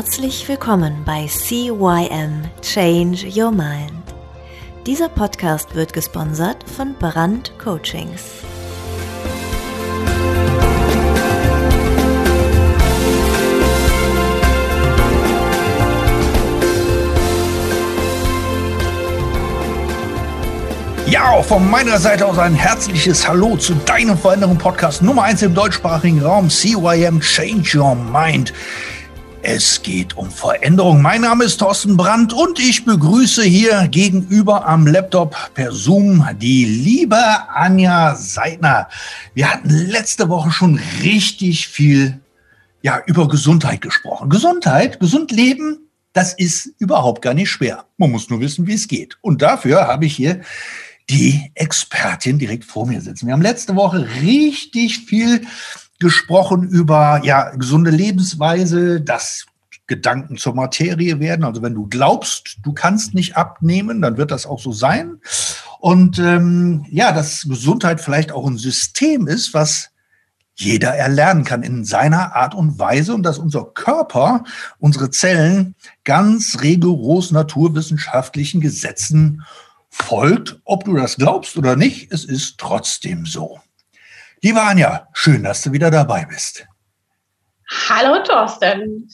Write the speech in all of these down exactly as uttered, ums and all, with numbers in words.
Herzlich willkommen bei C Y M Change Your Mind. Dieser Podcast wird gesponsert von Brand Coachings. Ja, auch von meiner Seite aus ein herzliches Hallo zu deinem Veränderung-Podcast Nummer eins im deutschsprachigen Raum, C Y M Change Your Mind. Es geht um Veränderung. Mein Name ist Thorsten Brandt und ich begrüße hier gegenüber am Laptop per Zoom die liebe Anja Seidner. Wir hatten letzte Woche schon richtig viel ja, über Gesundheit gesprochen. Gesundheit, gesund leben, das ist überhaupt gar nicht schwer. Man muss nur wissen, wie es geht. Und dafür habe ich hier die Expertin direkt vor mir sitzen. Wir haben letzte Woche richtig viel gesprochen über ja gesunde Lebensweise, dass Gedanken zur Materie werden. Also wenn du glaubst, du kannst nicht abnehmen, dann wird das auch so sein. Und ähm, ja, dass Gesundheit vielleicht auch ein System ist, was jeder erlernen kann in seiner Art und Weise und dass unser Körper, unsere Zellen ganz rigoros naturwissenschaftlichen Gesetzen folgt. Ob du das glaubst oder nicht, es ist trotzdem so. Liebe Anja, schön, dass du wieder dabei bist. Hallo Thorsten.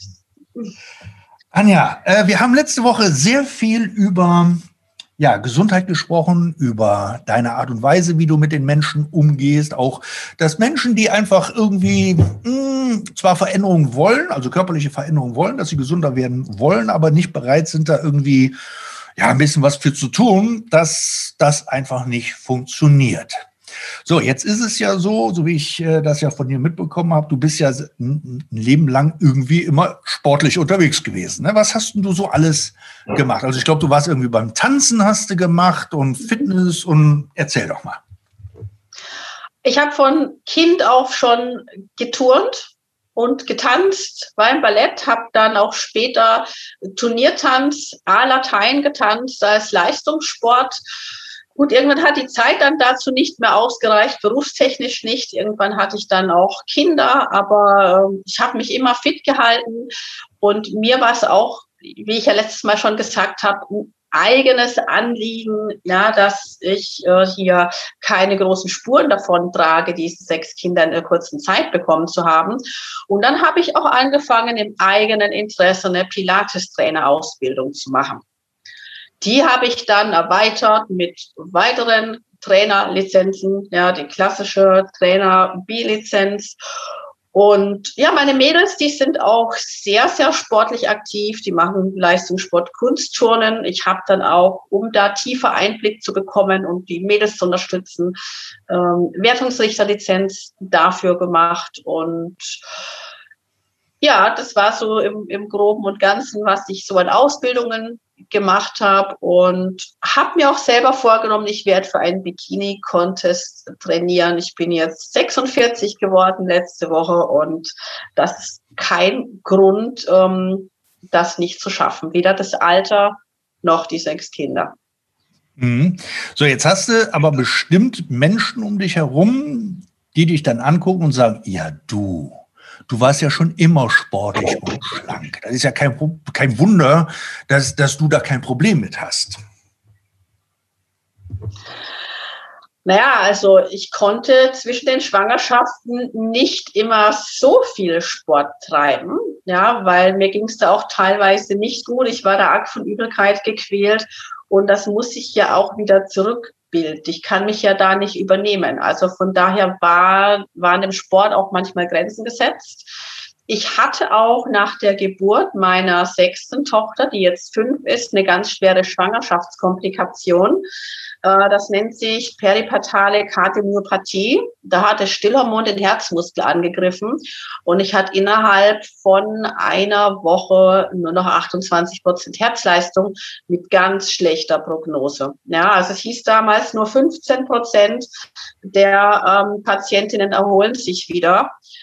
Anja, äh, wir haben letzte Woche sehr viel über ja, Gesundheit gesprochen, über deine Art und Weise, wie du mit den Menschen umgehst. Auch, dass Menschen, die einfach irgendwie mh, zwar Veränderungen wollen, also körperliche Veränderungen wollen, dass sie gesunder werden wollen, aber nicht bereit sind, da irgendwie ja, ein bisschen was für zu tun, dass das einfach nicht funktioniert. So, jetzt ist es ja so, so wie ich äh, das ja von dir mitbekommen habe, du bist ja ein, ein Leben lang irgendwie immer sportlich unterwegs gewesen. Ne? Was hast denn du so alles gemacht? Also ich glaube, du warst irgendwie beim Tanzen hast du gemacht und Fitness und erzähl doch mal. Ich habe von Kind auf schon geturnt und getanzt, war im Ballett, habe dann auch später Turniertanz, A-Latein getanzt als Leistungssport. Gut, irgendwann hat die Zeit dann dazu nicht mehr ausgereicht, berufstechnisch nicht. Irgendwann hatte ich dann auch Kinder, aber äh, ich habe mich immer fit gehalten. Und mir war es auch, wie ich ja letztes Mal schon gesagt habe, ein eigenes Anliegen, ja, dass ich äh, hier keine großen Spuren davon trage, diese sechs Kinder in einer kurzen Zeit bekommen zu haben. Und dann habe ich auch angefangen, im eigenen Interesse eine Pilates-Trainer-Ausbildung zu machen. Die habe ich dann erweitert mit weiteren Trainerlizenzen, ja, die klassische Trainer-B-Lizenz. Und ja, meine Mädels, die sind auch sehr, sehr sportlich aktiv. Die machen Leistungssport, Kunstturnen. Ich habe dann auch, um da tiefer Einblick zu bekommen und die Mädels zu unterstützen, ähm, Wertungsrichterlizenz dafür gemacht. Und ja, das war so im, im Groben und Ganzen, was ich so an Ausbildungen gemacht habe und habe mir auch selber vorgenommen, ich werde für einen Bikini-Contest trainieren. Ich bin jetzt sechsundvierzig geworden letzte Woche und das ist kein Grund, ähm, das nicht zu schaffen. Weder das Alter noch die sechs Kinder. Mhm. So, jetzt hast du aber bestimmt Menschen um dich herum, die dich dann angucken und sagen, ja du, du warst ja schon immer sportlich und schlank. Das ist ja kein, kein Wunder, dass, dass du da kein Problem mit hast. Naja, also ich konnte zwischen den Schwangerschaften nicht immer so viel Sport treiben, ja, weil mir ging es da auch teilweise nicht gut. Ich war da arg von Übelkeit gequält und das muss ich ja auch wieder zurück. Bild. Ich kann mich ja da nicht übernehmen. Also von daher war, waren dem Sport auch manchmal Grenzen gesetzt. Ich hatte auch nach der Geburt meiner sechsten Tochter, die jetzt fünf ist, eine ganz schwere Schwangerschaftskomplikation. Das nennt sich peripartale Kardiomyopathie. Da hat der Stillhormon den Herzmuskel angegriffen und ich hatte innerhalb von einer Woche nur noch achtundzwanzig Prozent Herzleistung mit ganz schlechter Prognose. Ja, also es hieß damals, nur fünfzehn Prozent der ähm, Patientinnen erholen sich wieder.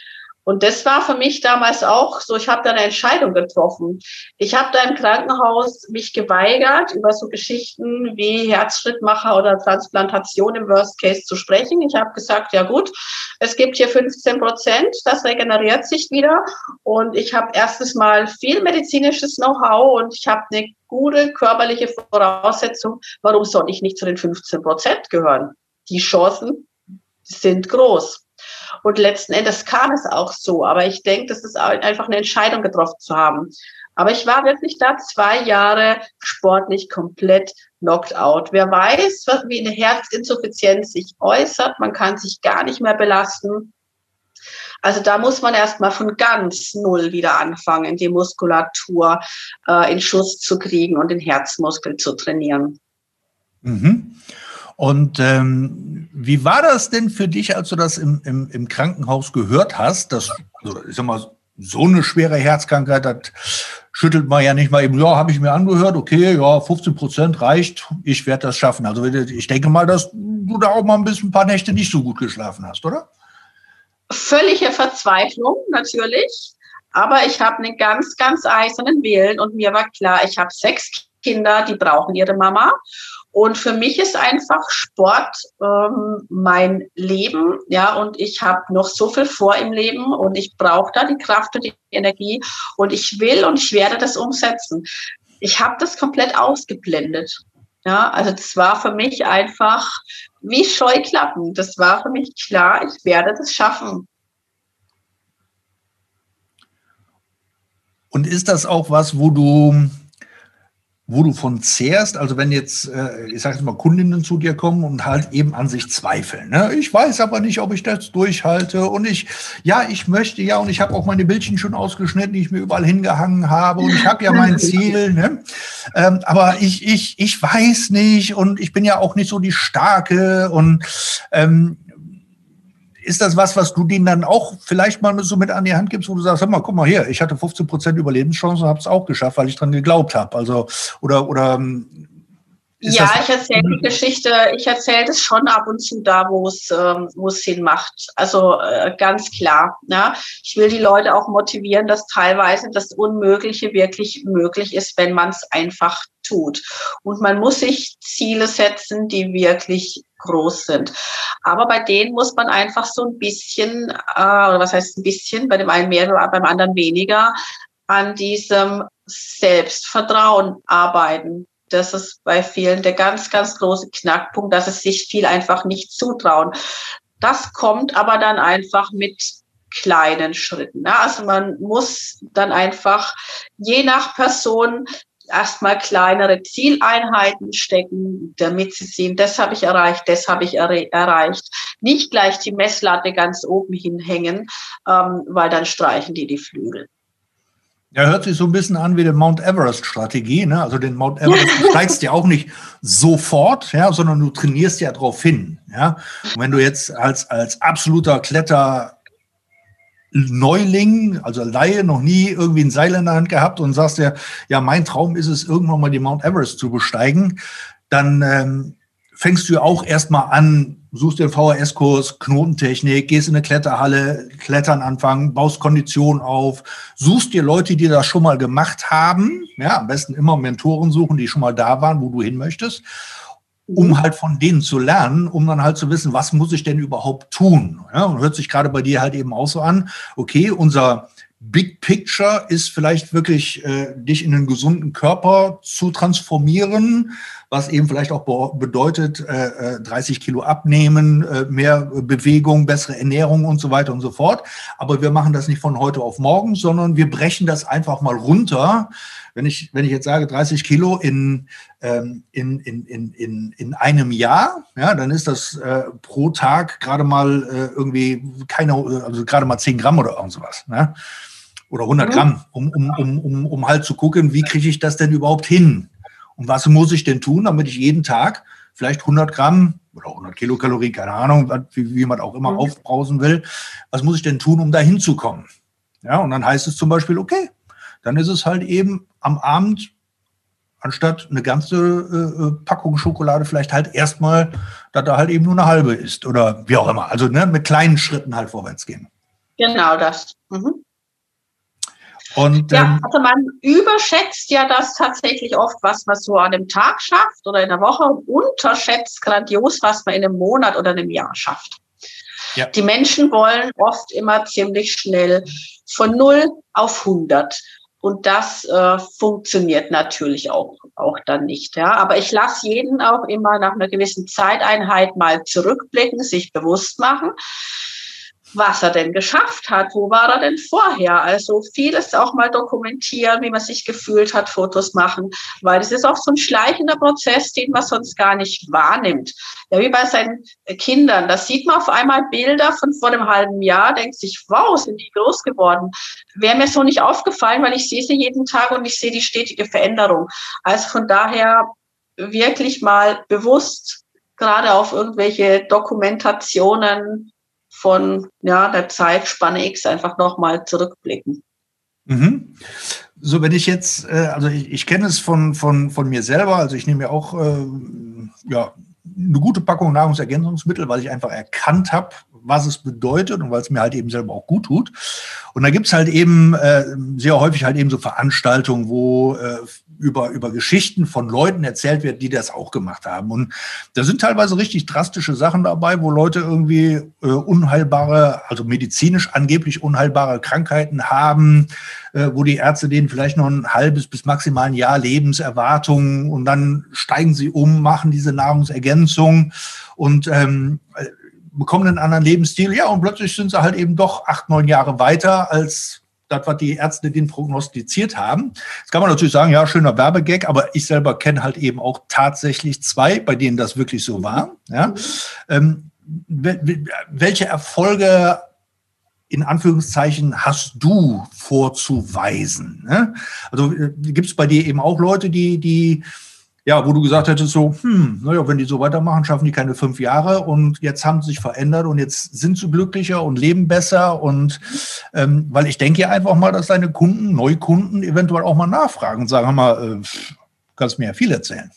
Und das war für mich damals auch so, ich habe da eine Entscheidung getroffen. Ich habe da im Krankenhaus mich geweigert, über so Geschichten wie Herzschrittmacher oder Transplantation im Worst Case zu sprechen. Ich habe gesagt, ja gut, es gibt hier fünfzehn Prozent, das regeneriert sich wieder. Und ich habe erstens mal viel medizinisches Know-how und ich habe eine gute körperliche Voraussetzung. Warum soll ich nicht zu den fünfzehn Prozent gehören? Die Chancen sind groß. Und letzten Endes kam es auch so. Aber ich denke, das ist einfach eine Entscheidung getroffen zu haben. Aber ich war wirklich da zwei Jahre sportlich komplett knocked out. Wer weiß, wie eine Herzinsuffizienz sich äußert. Man kann sich gar nicht mehr belasten. Also da muss man erstmal von ganz null wieder anfangen, die Muskulatur äh, in Schuss zu kriegen und den Herzmuskel zu trainieren. Mhm. Und ähm, wie war das denn für dich, als du das im, im, im Krankenhaus gehört hast, dass, also ich sag mal, so eine schwere Herzkrankheit, das schüttelt man ja nicht mal eben, ja, habe ich mir angehört, okay, ja, fünfzehn Prozent reicht, ich werde das schaffen. Also ich denke mal, dass du da auch mal ein bisschen ein paar Nächte nicht so gut geschlafen hast, oder? Völlige Verzweiflung, natürlich. Aber ich habe einen ganz, ganz eisernen Willen und mir war klar, ich habe sechs Kinder, die brauchen ihre Mama. Und für mich ist einfach Sport ähm, mein Leben, ja, und ich habe noch so viel vor im Leben und ich brauche da die Kraft und die Energie und ich will und ich werde das umsetzen. Ich habe das komplett ausgeblendet, ja, also das war für mich einfach wie Scheuklappen. Das war für mich klar, ich werde das schaffen. Und ist das auch was, wo du wo du von zehrst, also wenn jetzt, ich sage jetzt mal, Kundinnen zu dir kommen und halt eben an sich zweifeln, ne? Ich weiß aber nicht, ob ich das durchhalte und ich, ja, ich möchte ja und ich habe auch meine Bildchen schon ausgeschnitten, die ich mir überall hingehangen habe und ich habe ja mein Ziel, ne? Ähm, aber ich, ich, ich weiß nicht und ich bin ja auch nicht so die Starke und ähm, ist das was, was du denen dann auch vielleicht mal so mit an die Hand gibst, wo du sagst, hör mal, guck mal hier, ich hatte fünfzehn Prozent Überlebenschance und habe es auch geschafft, weil ich dran geglaubt habe. Also, oder, oder ja, ich erzähle die Geschichte, ich erzähle das schon ab und zu da, wo es ähm, wo es Sinn macht. Also äh, ganz klar. Ja. Ich will die Leute auch motivieren, dass teilweise das Unmögliche wirklich möglich ist, wenn man es einfach tut. Und man muss sich Ziele setzen, die wirklich groß sind. Aber bei denen muss man einfach so ein bisschen, äh, oder was heißt ein bisschen, bei dem einen mehr, beim anderen weniger, an diesem Selbstvertrauen arbeiten. Das ist bei vielen der ganz, ganz große Knackpunkt, dass es sich viel einfach nicht zutrauen. Das kommt aber dann einfach mit kleinen Schritten. Ne? Also man muss dann einfach je nach Person erstmal kleinere Zieleinheiten stecken, damit sie sehen, das habe ich erreicht, das habe ich er- erreicht. Nicht gleich die Messlatte ganz oben hinhängen, ähm, weil dann streichen die die Flügel. Ja, hört sich so ein bisschen an wie die Mount Everest-Strategie, ne? Also den Mount Everest steigst ja auch nicht sofort, ja, sondern du trainierst ja drauf hin, ja. Und wenn du jetzt als, als absoluter Kletter Neuling, also Laie, noch nie irgendwie ein Seil in der Hand gehabt und sagst ja, ja, mein Traum ist es, irgendwann mal die Mount Everest zu besteigen, dann ähm, fängst du auch erstmal an, suchst dir einen V H S-Kurs, Knotentechnik, gehst in eine Kletterhalle, Klettern anfangen, baust Kondition auf, suchst dir Leute, die das schon mal gemacht haben, ja, am besten immer Mentoren suchen, die schon mal da waren, wo du hin möchtest, um halt von denen zu lernen, um dann halt zu wissen, was muss ich denn überhaupt tun? Ja, und hört sich gerade bei dir halt eben auch so an, okay, unser Big Picture ist vielleicht wirklich, äh, dich in einen gesunden Körper zu transformieren, was eben vielleicht auch be- bedeutet, äh, dreißig Kilo abnehmen, äh, mehr Bewegung, bessere Ernährung und so weiter und so fort. Aber wir machen das nicht von heute auf morgen, sondern wir brechen das einfach mal runter. Wenn ich, wenn ich jetzt sage dreißig Kilo in, ähm, in, in, in, in, in einem Jahr, ja, dann ist das äh, pro Tag gerade mal äh, irgendwie keine, also gerade mal zehn Gramm oder irgend sowas, ne? Oder hundert Gramm, um, um, um, um, um halt zu gucken, wie kriege ich das denn überhaupt hin? Und was muss ich denn tun, damit ich jeden Tag vielleicht hundert Gramm oder hundert Kilokalorien, keine Ahnung, wie, wie man auch immer mhm. aufbrausen will, was muss ich denn tun, um da hinzukommen? Ja, und dann heißt es zum Beispiel, okay, dann ist es halt eben am Abend, anstatt eine ganze äh, Packung Schokolade, vielleicht halt erstmal, dass da halt eben nur eine halbe ist oder wie auch immer. Also ne, mit kleinen Schritten halt vorwärts gehen. Genau das. Mhm. Und, ja, ähm, also man überschätzt ja das tatsächlich oft, was man so an einem Tag schafft oder in der Woche und unterschätzt grandios, was man in einem Monat oder einem Jahr schafft. Ja. Die Menschen wollen oft immer ziemlich schnell von null auf hundert. Und das äh, funktioniert natürlich auch, auch dann nicht. Ja. Aber ich lasse jeden auch immer nach einer gewissen Zeiteinheit mal zurückblicken, sich bewusst machen, was er denn geschafft hat, wo war er denn vorher. Also vieles auch mal dokumentieren, wie man sich gefühlt hat, Fotos machen, weil es ist auch so ein schleichender Prozess, den man sonst gar nicht wahrnimmt. Ja, wie bei seinen Kindern, da sieht man auf einmal Bilder von vor einem halben Jahr, denkt sich, wow, sind die groß geworden. Wäre mir so nicht aufgefallen, weil ich sehe sie jeden Tag und ich sehe die stetige Veränderung. Also von daher wirklich mal bewusst, gerade auf irgendwelche Dokumentationen von ja, der Zeitspanne X einfach nochmal zurückblicken. Mhm. So, wenn ich jetzt, äh, also ich, ich kenne es von, von, von mir selber, also ich nehme ja auch äh, ja, eine gute Packung Nahrungsergänzungsmittel, weil ich einfach erkannt habe, was es bedeutet und weil es mir halt eben selber auch gut tut. Und da gibt's halt eben äh, sehr häufig halt eben so Veranstaltungen, wo äh, über, über Geschichten von Leuten erzählt wird, die das auch gemacht haben. Und da sind teilweise richtig drastische Sachen dabei, wo Leute irgendwie äh, unheilbare, also medizinisch angeblich unheilbare Krankheiten haben, äh, wo die Ärzte denen vielleicht noch ein halbes bis maximal ein Jahr Lebenserwartung und dann steigen sie um, machen diese Nahrungsergänzung und ähm, bekommen einen anderen Lebensstil. Ja, und plötzlich sind sie halt eben doch acht, neun Jahre weiter als das, was die Ärzte denen prognostiziert haben. Jetzt kann man natürlich sagen, ja, schöner Werbegag, aber ich selber kenne halt eben auch tatsächlich zwei, bei denen das wirklich so war. Ja. Ähm, welche Erfolge in Anführungszeichen hast du vorzuweisen? Ne? Also äh, gibt es bei dir eben auch Leute, die, die ja, wo du gesagt hättest so, hm, naja, wenn die so weitermachen, schaffen die keine fünf Jahre und jetzt haben sie sich verändert und jetzt sind sie glücklicher und leben besser und ähm, weil ich denke ja einfach mal, dass deine Kunden, Neukunden eventuell auch mal nachfragen und sagen, hör mal, äh, kannst mir ja viel erzählen.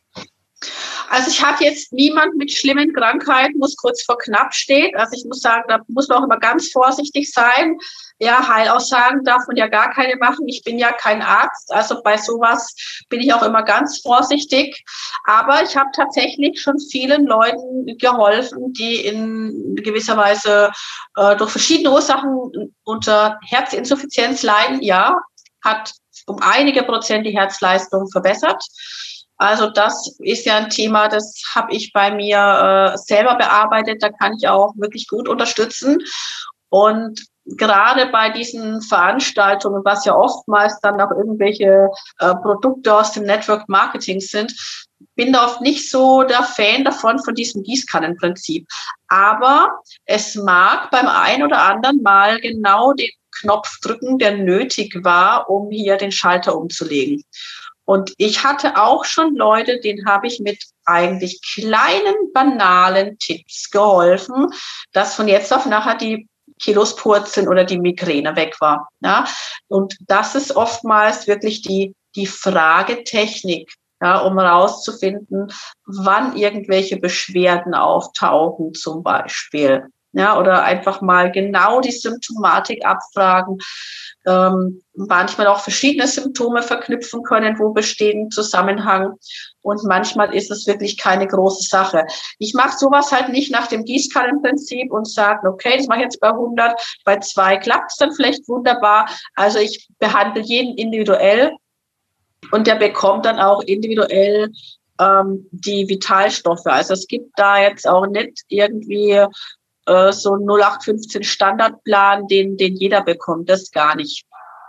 Also ich habe jetzt niemand mit schlimmen Krankheiten, wo es kurz vor knapp steht. Also ich muss sagen, da muss man auch immer ganz vorsichtig sein. Ja, Heilaussagen darf man ja gar keine machen. Ich bin ja kein Arzt, also bei sowas bin ich auch immer ganz vorsichtig. Aber ich habe tatsächlich schon vielen Leuten geholfen, die in gewisser Weise äh, durch verschiedene Ursachen unter Herzinsuffizienz leiden. Ja, hat um einige Prozent die Herzleistung verbessert. Also das ist ja ein Thema, das habe ich bei mir äh, selber bearbeitet. Da kann ich auch wirklich gut unterstützen. Und gerade bei diesen Veranstaltungen, was ja oftmals dann auch irgendwelche äh, Produkte aus dem Network Marketing sind, bin da oft nicht so der Fan davon, von diesem Gießkannenprinzip. Aber es mag beim einen oder anderen mal genau den Knopf drücken, der nötig war, um hier den Schalter umzulegen. Und ich hatte auch schon Leute, denen habe ich mit eigentlich kleinen, banalen Tipps geholfen, dass von jetzt auf nachher die Kilos purzeln oder die Migräne weg war. Ja? Und das ist oftmals wirklich die, die Fragetechnik, ja, um herauszufinden, wann irgendwelche Beschwerden auftauchen zum Beispiel. Ja, oder einfach mal genau die Symptomatik abfragen. Ähm, manchmal auch verschiedene Symptome verknüpfen können, wo besteht ein Zusammenhang. Und manchmal ist es wirklich keine große Sache. Ich mache sowas halt nicht nach dem Gießkannenprinzip und sage, okay, das mache ich jetzt bei hundert, bei zwei klappt es dann vielleicht wunderbar. Also ich behandle jeden individuell und der bekommt dann auch individuell ähm, die Vitalstoffe. Also es gibt da jetzt auch nicht irgendwie so ein null acht fünfzehn Standardplan, den, den jeder bekommt, das gar nicht.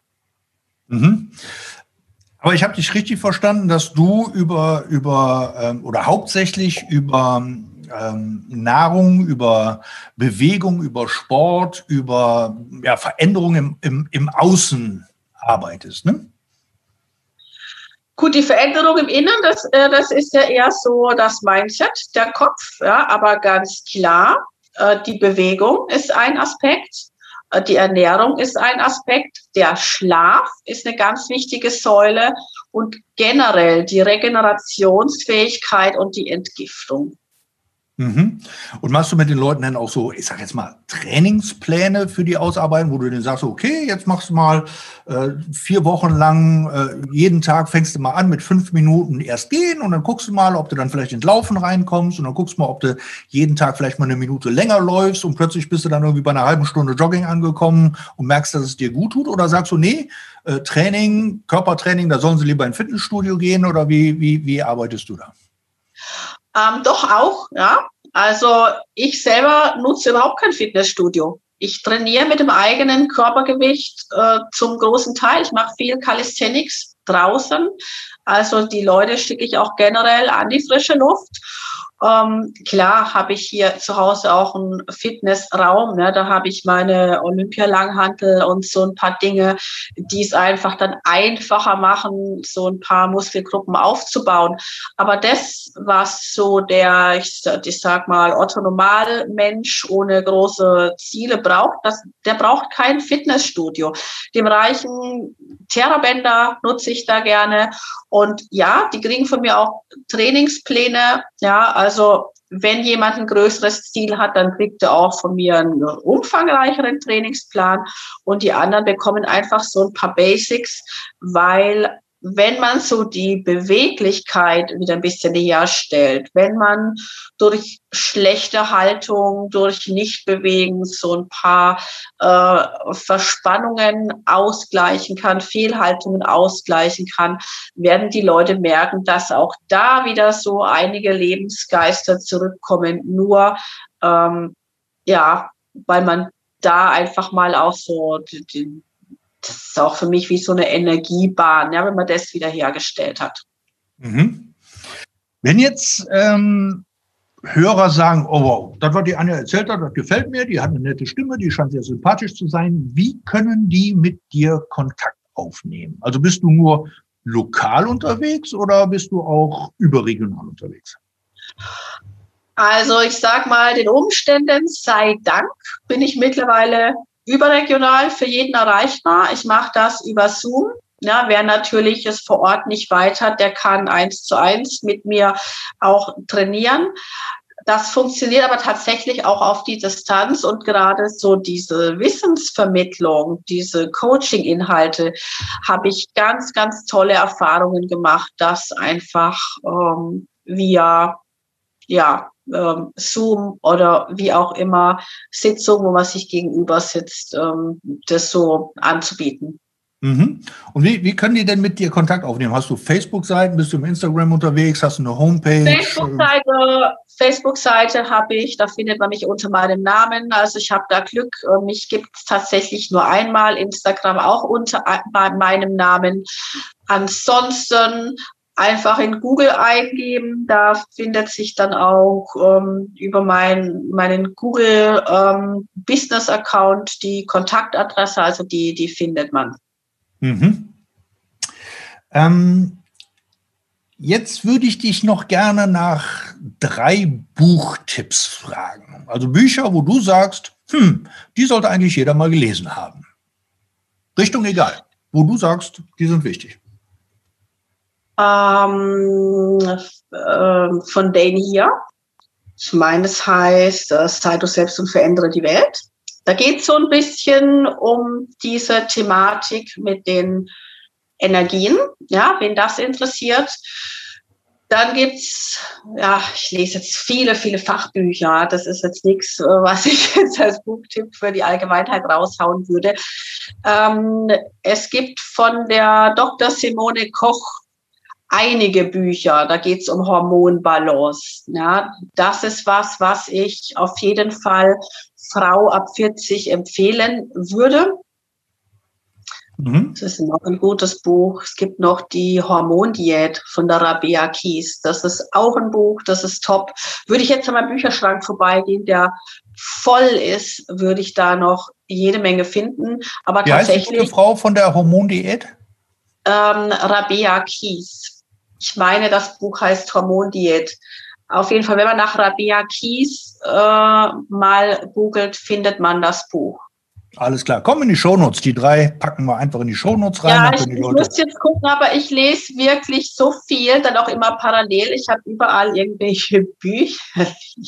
Mhm. Aber ich habe dich richtig verstanden, dass du über, über ähm, oder hauptsächlich über ähm, Nahrung, über Bewegung, über Sport, über ja, Veränderungen im, im, im Außen arbeitest, ne? Gut, die Veränderung im Inneren, das, äh, das ist ja eher so das Mindset, der Kopf, ja, aber ganz klar, die Bewegung ist ein Aspekt, die Ernährung ist ein Aspekt, der Schlaf ist eine ganz wichtige Säule und generell die Regenerationsfähigkeit und die Entgiftung. Mhm. Und machst du mit den Leuten dann auch so, ich sag jetzt mal, Trainingspläne für die Ausarbeitung, wo du denen sagst, okay, jetzt machst du mal äh, vier Wochen lang, äh, jeden Tag fängst du mal an mit fünf Minuten erst gehen und dann guckst du mal, ob du dann vielleicht ins Laufen reinkommst und dann guckst du mal, ob du jeden Tag vielleicht mal eine Minute länger läufst und plötzlich bist du dann irgendwie bei einer halben Stunde Jogging angekommen und merkst, dass es dir gut tut, oder sagst du, nee, äh, Training, Körpertraining, da sollen sie lieber ins Fitnessstudio gehen, oder wie, wie, wie arbeitest du da? Ähm, doch auch, ja. Also ich selber nutze überhaupt kein Fitnessstudio. Ich trainiere mit dem eigenen Körpergewicht äh, zum großen Teil. Ich mache viel Calisthenics draußen. Also die Leute schicke ich auch generell an die frische Luft. Ähm, klar habe ich hier zu Hause auch einen Fitnessraum. Ne? Da habe ich meine Olympialanghantel und so ein paar Dinge, die es einfach dann einfacher machen, so ein paar Muskelgruppen aufzubauen. Aber das, was so der, ich, ich sag mal, Otto-Normal-Mensch ohne große Ziele braucht, das, der braucht kein Fitnessstudio. Dem reichen Therabänder nutze ich da gerne. Und ja, die kriegen von mir auch Trainingspläne. Ja, also wenn jemand ein größeres Ziel hat, dann kriegt er auch von mir einen umfangreicheren Trainingsplan. Und die anderen bekommen einfach so ein paar Basics, weil wenn man so die Beweglichkeit wieder ein bisschen herstellt, wenn man durch schlechte Haltung, durch Nichtbewegen so ein paar äh, Verspannungen ausgleichen kann, Fehlhaltungen ausgleichen kann, werden die Leute merken, dass auch da wieder so einige Lebensgeister zurückkommen. Nur, ähm, ja, weil man da einfach mal auch so die, die das ist auch für mich wie so eine Energiebahn, ja, wenn man das wieder hergestellt hat. Mhm. Wenn jetzt ähm, Hörer sagen, oh wow, das, was die Anja erzählt hat, das gefällt mir, die hat eine nette Stimme, die scheint sehr sympathisch zu sein, wie können die mit dir Kontakt aufnehmen? Also bist du nur lokal unterwegs oder bist du auch überregional unterwegs? Also ich sag mal, den Umständen sei Dank bin ich mittlerweile überregional für jeden erreichbar. Ich mache das über Zoom. Ja, wer natürlich es vor Ort nicht weit hat, der kann eins zu eins mit mir auch trainieren. Das funktioniert aber tatsächlich auch auf die Distanz, und gerade so diese Wissensvermittlung, diese Coaching-Inhalte habe ich ganz, ganz tolle Erfahrungen gemacht, dass einfach ähm, via ja, ähm, Zoom oder wie auch immer Sitzung, wo man sich gegenüber sitzt, ähm, das so anzubieten. Mhm. Und wie, wie können die denn mit dir Kontakt aufnehmen? Hast du Facebook-Seiten? Bist du im Instagram unterwegs? Hast du eine Homepage? Facebook-Seite, Facebook-Seite habe ich, da findet man mich unter meinem Namen. Also ich habe da Glück, mich gibt es tatsächlich nur einmal. Instagram auch unter meinem Namen. Ansonsten einfach in Google eingeben, da findet sich dann auch ähm, über mein, meinen Google ähm, Business Account die Kontaktadresse, also die, die findet man. Mhm. Ähm, jetzt würde ich dich noch gerne nach drei Buchtipps fragen. Also Bücher, wo du sagst, hm, die sollte eigentlich jeder mal gelesen haben. Richtung egal, wo du sagst, die sind wichtig. Ähm, äh, von Dane hier. Ich meine, es heißt, äh, sei du selbst und verändere die Welt. Da geht es so ein bisschen um diese Thematik mit den Energien, ja, wen das interessiert. Dann gibt's, ja, ich lese jetzt viele, viele Fachbücher. Das ist jetzt nichts, was ich jetzt als Buchtipp für die Allgemeinheit raushauen würde. Ähm, es gibt von der Doktor Simone Koch einige Bücher, da geht es um Hormonbalance. Ja, das ist was, was ich auf jeden Fall Frau ab vierzig empfehlen würde. Mhm. Das ist noch ein gutes Buch. Es gibt noch die Hormondiät von der Rabea Kies. Das ist auch ein Buch, das ist top. Würde ich jetzt an meinem Bücherschrank vorbeigehen, der voll ist, würde ich da noch jede Menge finden. Aber Wie tatsächlich. Heißt die gute Frau von der Hormondiät? Ähm, Rabea Kies. Ich meine, das Buch heißt Hormondiät. Auf jeden Fall, wenn man nach Rabea Kies äh, mal googelt, findet man das Buch. Alles klar. Komm in die Shownotes. Die drei packen wir einfach in die Shownotes rein. Ja, ich, ich muss jetzt gucken, aber ich lese wirklich so viel, dann auch immer parallel. Ich habe überall irgendwelche Bücher.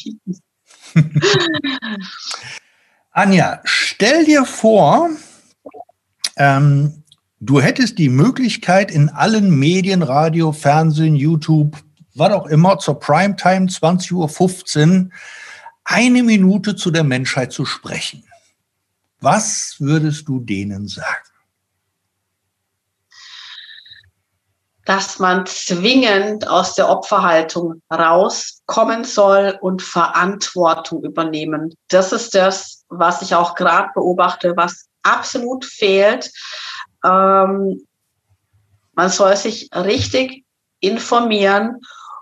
Anja, stell dir vor, ähm, du hättest die Möglichkeit, in allen Medien, Radio, Fernsehen, YouTube, was auch immer, zur Primetime zwanzig Uhr fünfzehn eine Minute zu der Menschheit zu sprechen. Was würdest du denen sagen? Dass man zwingend aus der Opferhaltung rauskommen soll und Verantwortung übernehmen. Das ist das, was ich auch gerade beobachte, was absolut fehlt. Ähm, man soll sich richtig informieren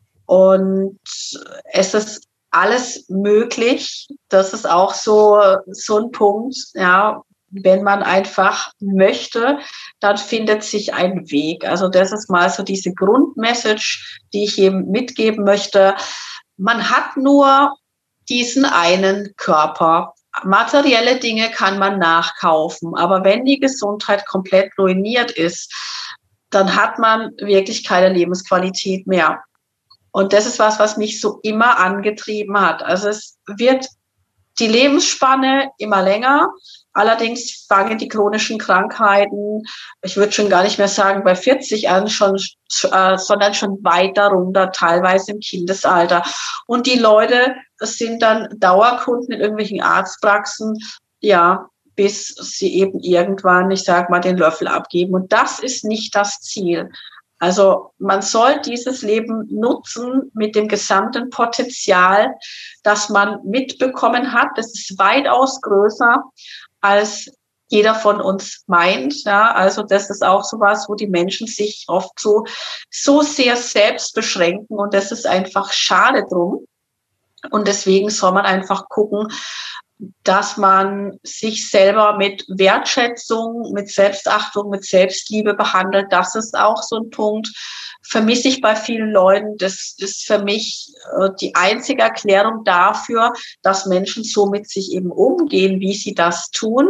und es ist alles möglich. Das ist auch so, so ein Punkt, ja. Wenn man einfach möchte, dann findet sich ein Weg. Also das ist mal so diese Grundmessage, die ich eben mitgeben möchte. Man hat nur diesen einen Körper. Materielle Dinge kann man nachkaufen, aber wenn die Gesundheit komplett ruiniert ist, dann hat man wirklich keine Lebensqualität mehr. Und das ist was, was mich so immer angetrieben hat. Also es wird die Lebensspanne immer länger. Allerdings fangen die chronischen Krankheiten, ich würde schon gar nicht mehr sagen bei vierzig an, schon, äh, sondern schon weiter runter, teilweise im Kindesalter. Und die Leute sind dann Dauerkunden in irgendwelchen Arztpraxen, ja, bis sie eben irgendwann, ich sag mal, den Löffel abgeben. Und das ist nicht das Ziel. Also man soll dieses Leben nutzen mit dem gesamten Potenzial, das man mitbekommen hat. Das ist weitaus größer, als jeder von uns meint. Ja, also das ist auch sowas, wo die Menschen sich oft so, so sehr selbst beschränken. Und das ist einfach schade drum. Und deswegen soll man einfach gucken, dass man sich selber mit Wertschätzung, mit Selbstachtung, mit Selbstliebe behandelt. Das ist auch so ein Punkt, vermisse ich bei vielen Leuten. Das ist für mich äh, die einzige Erklärung dafür, dass Menschen so mit sich eben umgehen, wie sie das tun.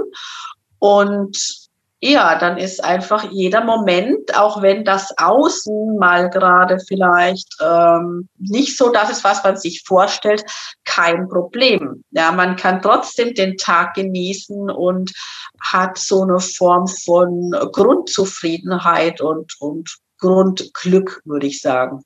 Und ja, dann ist einfach jeder Moment, auch wenn das Außen mal gerade vielleicht ähm, nicht so das ist, was man sich vorstellt, kein Problem. Ja, man kann trotzdem den Tag genießen und hat so eine Form von Grundzufriedenheit und, und Grundglück, würde ich sagen.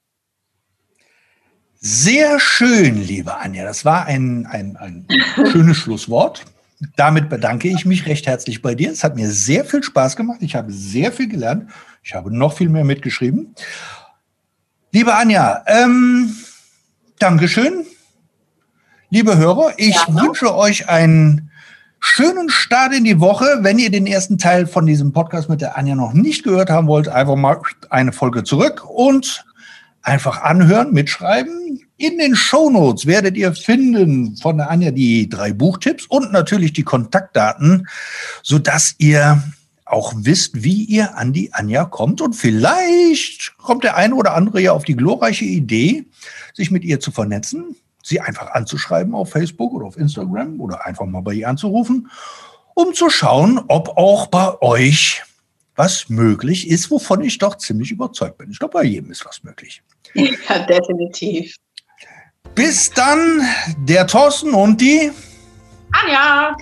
Sehr schön, liebe Anja. Das war ein, ein, ein schönes Schlusswort. Damit bedanke ich mich recht herzlich bei dir. Es hat mir sehr viel Spaß gemacht. Ich habe sehr viel gelernt. Ich habe noch viel mehr mitgeschrieben. Liebe Anja, ähm, Dankeschön. Liebe Hörer, ich ja. wünsche euch einen schönen Start in die Woche. Wenn ihr den ersten Teil von diesem Podcast mit der Anja noch nicht gehört haben wollt, einfach mal eine Folge zurück und einfach anhören, mitschreiben. In den Shownotes werdet ihr finden von der Anja die drei Buchtipps und natürlich die Kontaktdaten, sodass ihr auch wisst, wie ihr an die Anja kommt. Und vielleicht kommt der eine oder andere ja auf die glorreiche Idee, sich mit ihr zu vernetzen, sie einfach anzuschreiben auf Facebook oder auf Instagram oder einfach mal bei ihr anzurufen, um zu schauen, ob auch bei euch was möglich ist, wovon ich doch ziemlich überzeugt bin. Ich glaube, bei jedem ist was möglich. Ja, definitiv. Bis dann, der Thorsten und die Anja.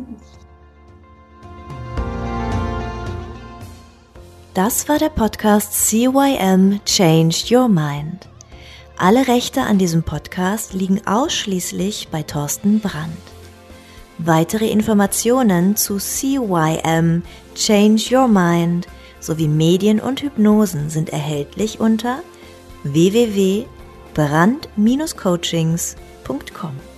Das war der Podcast C Y M Change Your Mind. Alle Rechte an diesem Podcast liegen ausschließlich bei Thorsten Brandt. Weitere Informationen zu C Y M Change Your Mind sowie Medien und Hypnosen sind erhältlich unter w w w punkt brandt Bindestrich coachings punkt com.